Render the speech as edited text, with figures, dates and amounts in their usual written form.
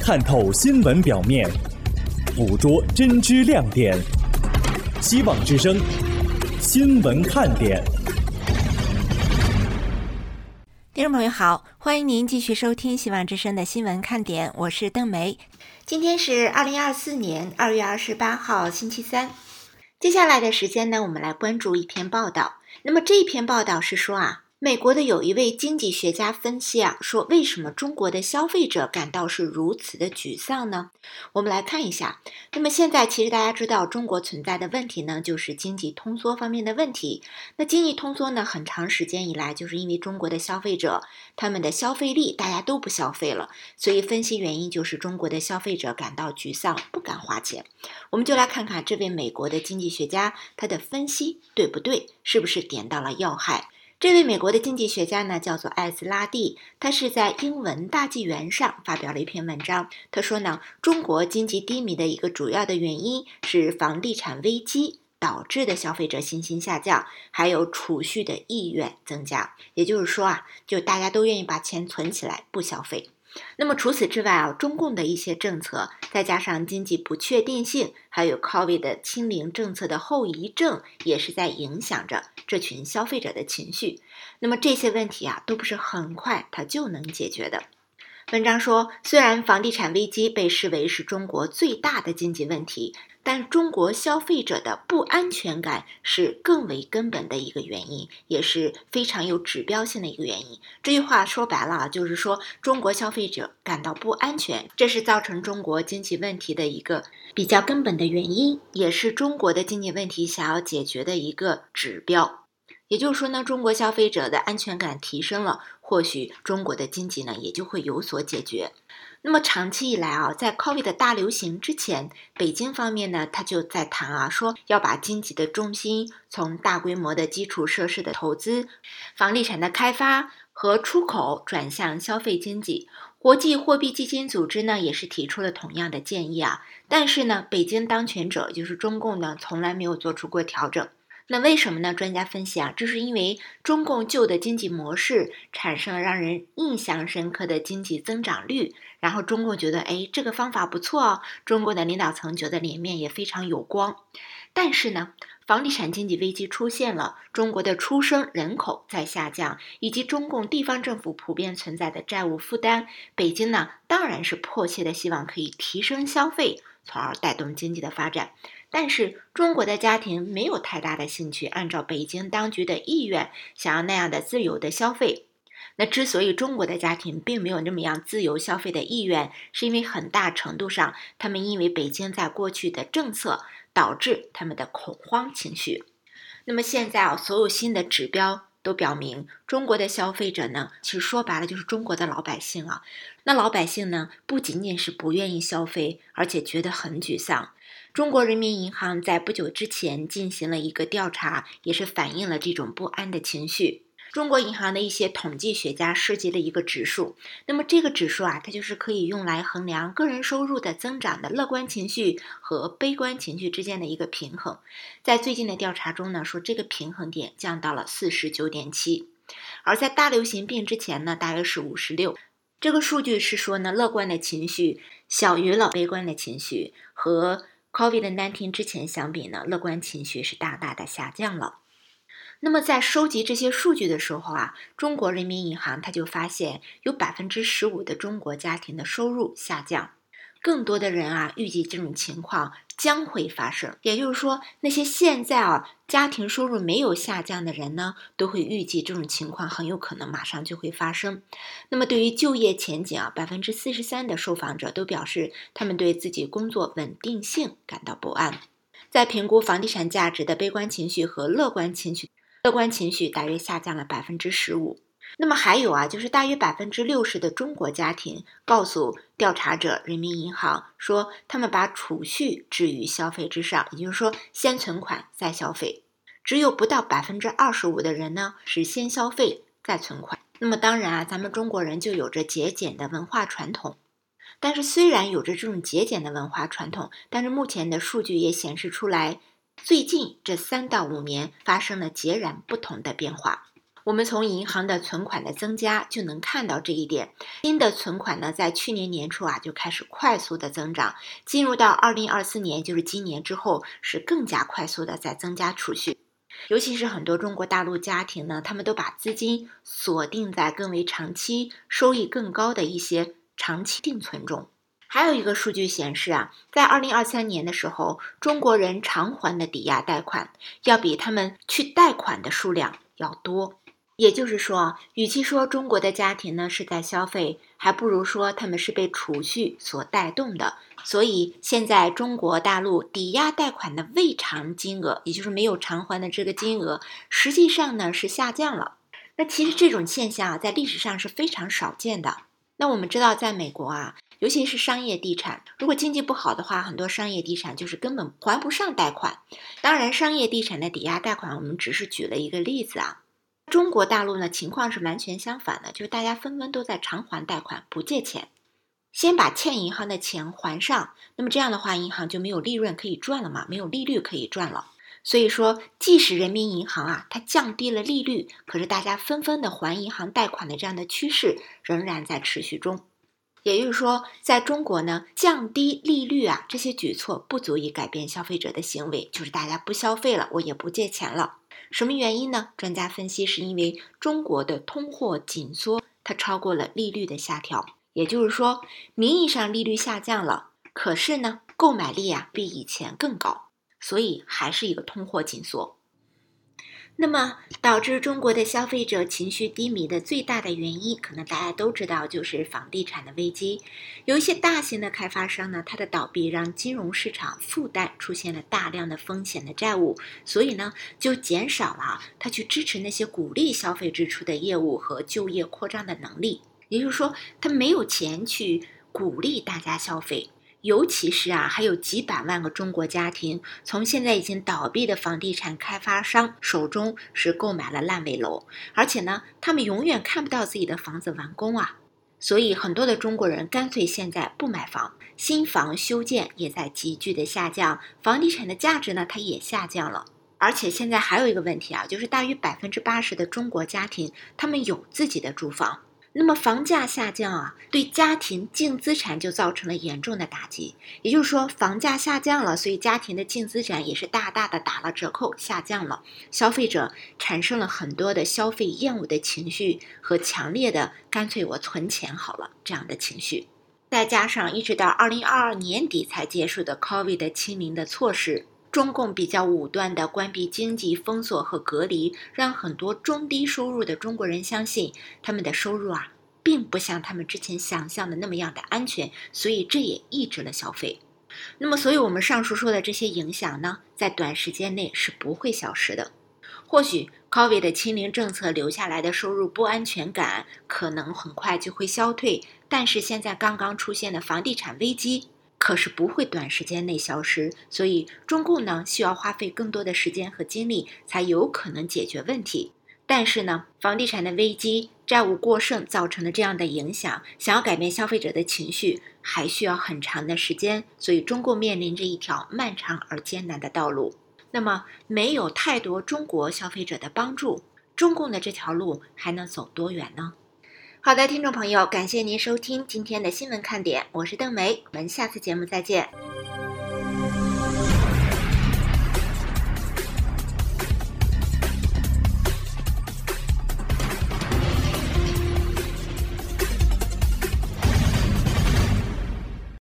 探透新闻表面，捕捉真知亮点。希望之声，新闻看点。 听众朋友好，欢迎您继续收听希望之声的新闻看点，我是邓梅。今天是2024年2月28号星期三。接下来的时间呢，我们来关注一篇报道。那么这一篇报道是说美国的有一位经济学家分析说为什么中国的消费者感到是如此的沮丧呢？我们来看一下。那么现在其实大家知道中国存在的问题呢，就是经济通缩方面的问题。那经济通缩呢，很长时间以来就是因为中国的消费者他们的消费力大家都不消费了，所以分析原因就是中国的消费者感到沮丧，不敢花钱。我们就来看看这位美国的经济学家他的分析对不对，是不是点到了要害。这位美国的经济学家呢，叫做艾斯拉蒂，他是在英文大纪元上发表了一篇文章。他说呢，中国经济低迷的一个主要的原因是房地产危机导致的消费者信心下降，还有储蓄的意愿增加。也就是说就大家都愿意把钱存起来，不消费。那么除此之外中共的一些政策，再加上经济不确定性，还有 COVID 的清零政策的后遗症，也是在影响着这群消费者的情绪。那么这些问题都不是很快它就能解决的。文章说，虽然房地产危机被视为是中国最大的经济问题，但中国消费者的不安全感是更为根本的一个原因，也是非常有指标性的一个原因。这句话说白了就是说中国消费者感到不安全，这是造成中国经济问题的一个比较根本的原因，也是中国的经济问题想要解决的一个指标。也就是说呢，中国消费者的安全感提升了，或许中国的经济呢也就会有所解决。那么长期以来在 COVID 的大流行之前，北京方面呢，他就在谈说要把经济的重心从大规模的基础设施的投资、房地产的开发和出口转向消费经济。国际货币基金组织呢也是提出了同样的建议但是呢，北京当权者就是中共呢，从来没有做出过调整。那为什么呢？专家分析这是因为中共旧的经济模式产生了让人印象深刻的经济增长率，然后中共觉得这个方法不错中国的领导层觉得脸面也非常有光。但是呢，房地产经济危机出现了，中国的出生人口在下降，以及中共地方政府普遍存在的债务负担，北京呢当然是迫切的希望可以提升消费，从而带动经济的发展。但是中国的家庭没有太大的兴趣按照北京当局的意愿想要那样的自由的消费。那之所以中国的家庭并没有那么样自由消费的意愿，是因为很大程度上他们因为北京在过去的政策导致他们的恐慌情绪。那么现在所有新的指标都表明，中国的消费者呢，其实说白了就是中国的老百姓那老百姓呢，不仅仅是不愿意消费，而且觉得很沮丧。中国人民银行在不久之前进行了一个调查，也是反映了这种不安的情绪。中国银行的一些统计学家设计了一个指数，那么这个指数它就是可以用来衡量个人收入的增长的乐观情绪和悲观情绪之间的一个平衡。在最近的调查中呢，说这个平衡点降到了 49.7， 而在大流行病之前呢，大约是56。这个数据是说呢，乐观的情绪小于了悲观的情绪，和 COVID-19 之前相比呢，乐观情绪是大大的下降了。那么在收集这些数据的时候中国人民银行它就发现有 15% 的中国家庭的收入下降。更多的人预计这种情况将会发生，也就是说那些现在家庭收入没有下降的人呢，都会预计这种情况很有可能马上就会发生。那么对于就业前景43% 的受访者都表示他们对自己工作稳定性感到不安。在评估房地产价值的悲观情绪和乐观情绪大约下降了 15%。那么还有就是大约 60% 的中国家庭告诉调查者人民银行说，他们把储蓄置于消费之上，也就是说先存款再消费。只有不到 25% 的人呢是先消费再存款。那么当然咱们中国人就有着节俭的文化传统。但是虽然有着这种节俭的文化传统，但是目前的数据也显示出来，最近这3到5年发生了截然不同的变化。 我们从银行的存款的增加就能看到这一点。新的存款呢，在去年年初就开始快速的增长，进入到2024年，就是今年之后，是更加快速的在增加储蓄。尤其是很多中国大陆家庭呢，他们都把资金锁定在更为长期、收益更高的一些长期定存中。还有一个数据显示在2023年的时候，中国人偿还的抵押贷款要比他们去贷款的数量要多。也就是说，与其说中国的家庭呢是在消费，还不如说他们是被储蓄所带动的。所以现在中国大陆抵押贷款的未偿金额，也就是没有偿还的这个金额，实际上呢是下降了。那其实这种现象在历史上是非常少见的。那我们知道，在美国尤其是商业地产，如果经济不好的话，很多商业地产就是根本还不上贷款。当然，商业地产的抵押贷款，我们只是举了一个例子中国大陆呢，情况是完全相反的，就是大家纷纷都在偿还贷款，不借钱，先把欠银行的钱还上。那么这样的话，银行就没有利润可以赚了嘛，没有利率可以赚了。所以说，即使人民银行它降低了利率，可是大家纷纷的还银行贷款的这样的趋势仍然在持续中。也就是说，在中国呢，降低利率这些举措不足以改变消费者的行为，就是大家不消费了，我也不借钱了。什么原因呢？专家分析是因为中国的通货紧缩它超过了利率的下调，也就是说，名义上利率下降了，可是呢，购买力比以前更高，所以还是一个通货紧缩。那么导致中国的消费者情绪低迷的最大的原因，可能大家都知道，就是房地产的危机。有一些大型的开发商呢，它的倒闭让金融市场负担出现了大量的风险的债务，所以呢，就减少了它去支持那些鼓励消费支出的业务和就业扩张的能力。也就是说，它没有钱去鼓励大家消费。尤其是还有几百万个中国家庭从现在已经倒闭的房地产开发商手中是购买了烂尾楼，而且呢，他们永远看不到自己的房子完工所以很多的中国人干脆现在不买房，新房修建也在急剧的下降，房地产的价值呢，它也下降了。而且现在还有一个问题就是大于80%的中国家庭，他们有自己的住房。那么房价下降对家庭净资产就造成了严重的打击。也就是说，房价下降了，所以家庭的净资产也是大大的打了折扣，下降了。消费者产生了很多的消费厌恶的情绪和强烈的干脆我存钱好了这样的情绪。再加上一直到2022年底才结束的 COVID 的清零的措施，中共比较武断的关闭经济封锁和隔离，让很多中低收入的中国人相信他们的收入并不像他们之前想象的那么样的安全，所以这也抑制了消费。那么所以我们上述说的这些影响呢，在短时间内是不会消失的。或许 COVID 的清零政策留下来的收入不安全感可能很快就会消退，但是现在刚刚出现的房地产危机可是不会短时间内消失，所以中共呢需要花费更多的时间和精力才有可能解决问题。但是呢，房地产的危机、债务过剩造成的这样的影响，想要改变消费者的情绪还需要很长的时间，所以中共面临着一条漫长而艰难的道路。那么没有太多中国消费者的帮助，中共的这条路还能走多远呢？好的，听众朋友，感谢您收听今天的新闻看点，我是邓梅，我们下次节目再见。